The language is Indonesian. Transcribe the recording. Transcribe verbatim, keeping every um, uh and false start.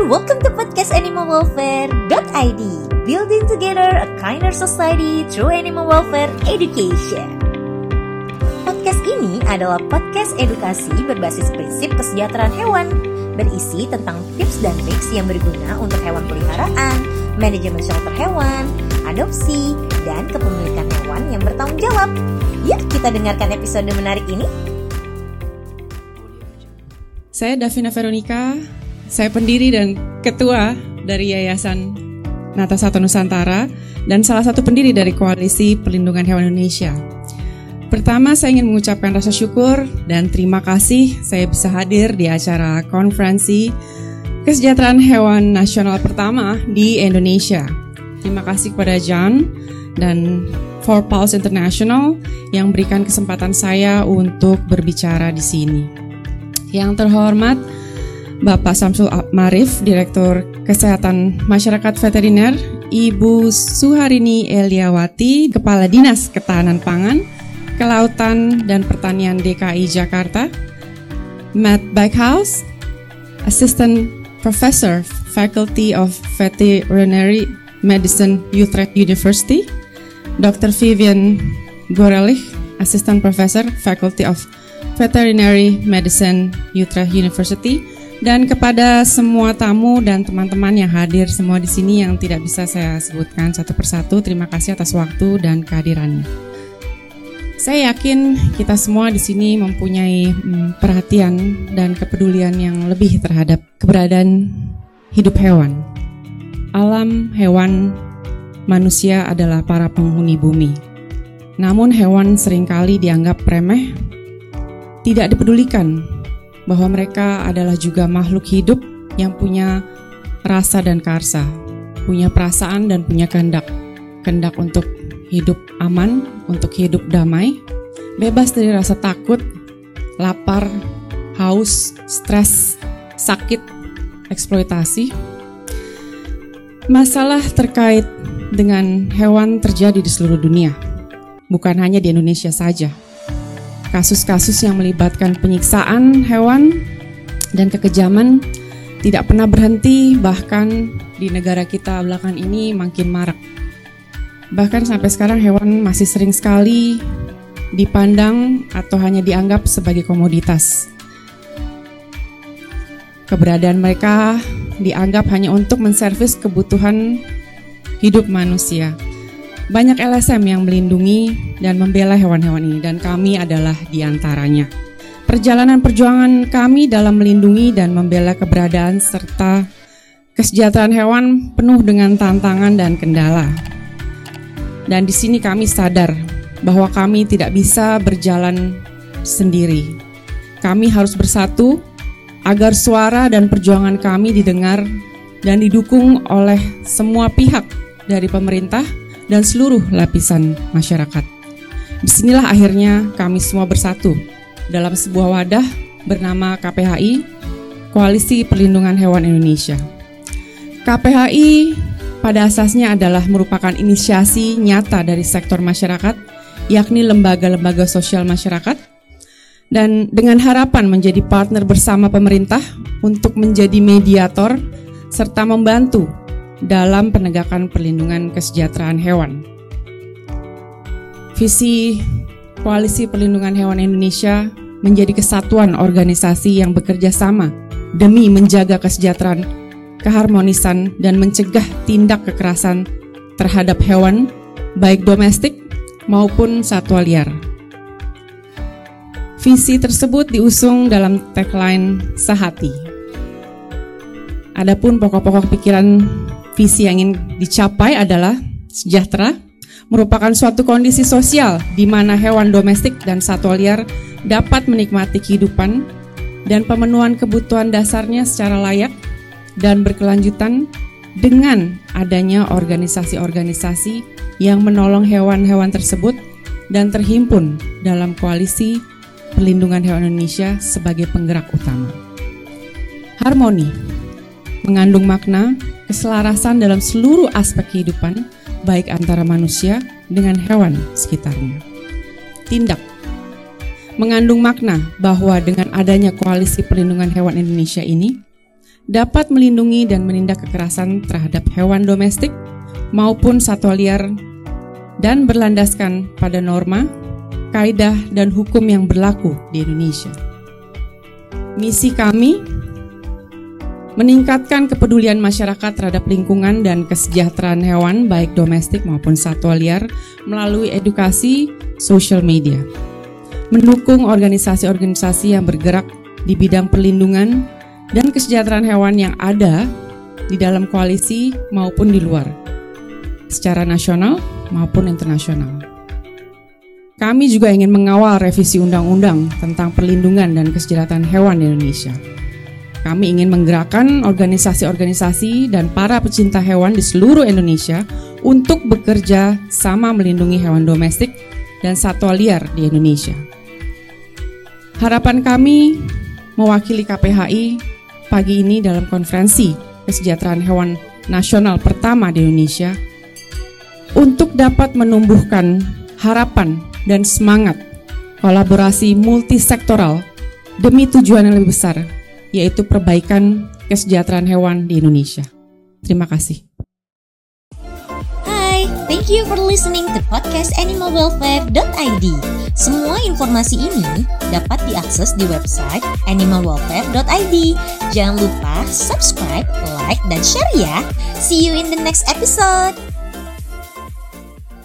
welcome to podcast animal welfare dot i d. Building together a kinder society through animal welfare education. Podcast ini adalah podcast edukasi berbasis prinsip kesejahteraan hewan, berisi tentang tips dan triks yang berguna untuk hewan peliharaan, manajemen shelter hewan, adopsi, dan kepemilikan hewan yang bertanggung jawab. Yuk kita dengarkan episode menarik ini. Saya Davina Veronica, saya pendiri dan ketua dari Yayasan Natasatwa Nusantara dan salah satu pendiri dari Koalisi Perlindungan Hewan Indonesia. Pertama, saya ingin mengucapkan rasa syukur dan terima kasih saya bisa hadir di acara konferensi kesejahteraan hewan nasional pertama di Indonesia. Terima kasih kepada John dan Four Paws International yang berikan kesempatan saya untuk berbicara di sini. Yang terhormat Bapak Samsul Marif, Direktur Kesehatan Masyarakat Veteriner, Ibu Suharini Eliawati, Kepala Dinas Ketahanan Pangan, Kelautan dan Pertanian D K I Jakarta, Matt Backhouse, Assistant Professor, Faculty of Veterinary Medicine, Utrecht University, Doktor Vivian Gorelich, Assistant Professor, Faculty of Veterinary Medicine, Utrecht University, dan kepada semua tamu dan teman-teman yang hadir semua di sini yang tidak bisa saya sebutkan satu persatu, terima kasih atas waktu dan kehadirannya. Saya yakin kita semua di sini mempunyai hmm, perhatian dan kepedulian yang lebih terhadap keberadaan hidup hewan. Alam, hewan, manusia adalah para penghuni bumi. Namun hewan seringkali dianggap remeh, tidak dipedulikan bahwa mereka adalah juga makhluk hidup yang punya rasa dan karsa, punya perasaan dan punya kehendak. Kehendak untuk hidup aman, untuk hidup damai, bebas dari rasa takut, lapar, haus, stres, sakit, eksploitasi. Masalah terkait dengan hewan terjadi di seluruh dunia, bukan hanya di Indonesia saja. Kasus-kasus yang melibatkan penyiksaan hewan dan kekejaman tidak pernah berhenti, bahkan di negara kita belakangan ini makin marak. Bahkan sampai sekarang hewan masih sering sekali dipandang atau hanya dianggap sebagai komoditas. Keberadaan mereka dianggap hanya untuk menservis kebutuhan hidup manusia. Banyak L S M yang melindungi dan membela hewan-hewan ini, dan kami adalah di antaranya. Perjalanan perjuangan kami dalam melindungi dan membela keberadaan serta kesejahteraan hewan penuh dengan tantangan dan kendala. Dan di sini kami sadar bahwa kami tidak bisa berjalan sendiri. Kami harus bersatu agar suara dan perjuangan kami didengar dan didukung oleh semua pihak dari pemerintah dan seluruh lapisan masyarakat. Disinilah akhirnya kami semua bersatu dalam sebuah wadah bernama K P H I, Koalisi Perlindungan Hewan Indonesia. K P H I pada asasnya adalah merupakan inisiasi nyata dari sektor masyarakat, yakni lembaga-lembaga sosial masyarakat, dan dengan harapan menjadi partner bersama pemerintah untuk menjadi mediator serta membantu dalam penegakan perlindungan kesejahteraan hewan. Visi Koalisi Perlindungan Hewan Indonesia menjadi kesatuan organisasi yang bekerja sama demi menjaga kesejahteraan, keharmonisan, dan mencegah tindak kekerasan terhadap hewan, baik domestik maupun satwa liar. Visi tersebut diusung dalam tagline Sehati. Adapun pokok-pokok pikiran visi yang ingin dicapai adalah sejahtera, merupakan suatu kondisi sosial di mana hewan domestik dan satwa liar dapat menikmati kehidupan dan pemenuhan kebutuhan dasarnya secara layak dan berkelanjutan dengan adanya organisasi-organisasi yang menolong hewan-hewan tersebut dan terhimpun dalam Koalisi Perlindungan Hewan Indonesia sebagai penggerak utama. Harmoni mengandung makna keselarasan dalam seluruh aspek kehidupan, baik antara manusia dengan hewan sekitarnya. Tindak mengandung makna bahwa dengan adanya Koalisi Perlindungan Hewan Indonesia ini dapat melindungi dan menindak kekerasan terhadap hewan domestik maupun satwa liar dan berlandaskan pada norma, kaidah, dan hukum yang berlaku di Indonesia. Misi kami meningkatkan kepedulian masyarakat terhadap lingkungan dan kesejahteraan hewan baik domestik maupun satwa liar melalui edukasi sosial media. Mendukung organisasi-organisasi yang bergerak di bidang perlindungan dan kesejahteraan hewan yang ada di dalam koalisi maupun di luar, secara nasional maupun internasional. Kami juga ingin mengawal revisi undang-undang tentang perlindungan dan kesejahteraan hewan di Indonesia. Kami ingin menggerakkan organisasi-organisasi dan para pecinta hewan di seluruh Indonesia untuk bekerja sama melindungi hewan domestik dan satwa liar di Indonesia. Harapan kami mewakili K P H I pagi ini dalam konferensi kesejahteraan hewan nasional pertama di Indonesia untuk dapat menumbuhkan harapan dan semangat kolaborasi multisektoral demi tujuan yang lebih besar, yaitu perbaikan kesejahteraan hewan di Indonesia. Terima kasih. Hai, thank you for listening to podcast animal welfare dot i d. Semua informasi ini dapat diakses di website animal welfare dot i d. Jangan lupa subscribe, like, dan share ya. See you in the next episode.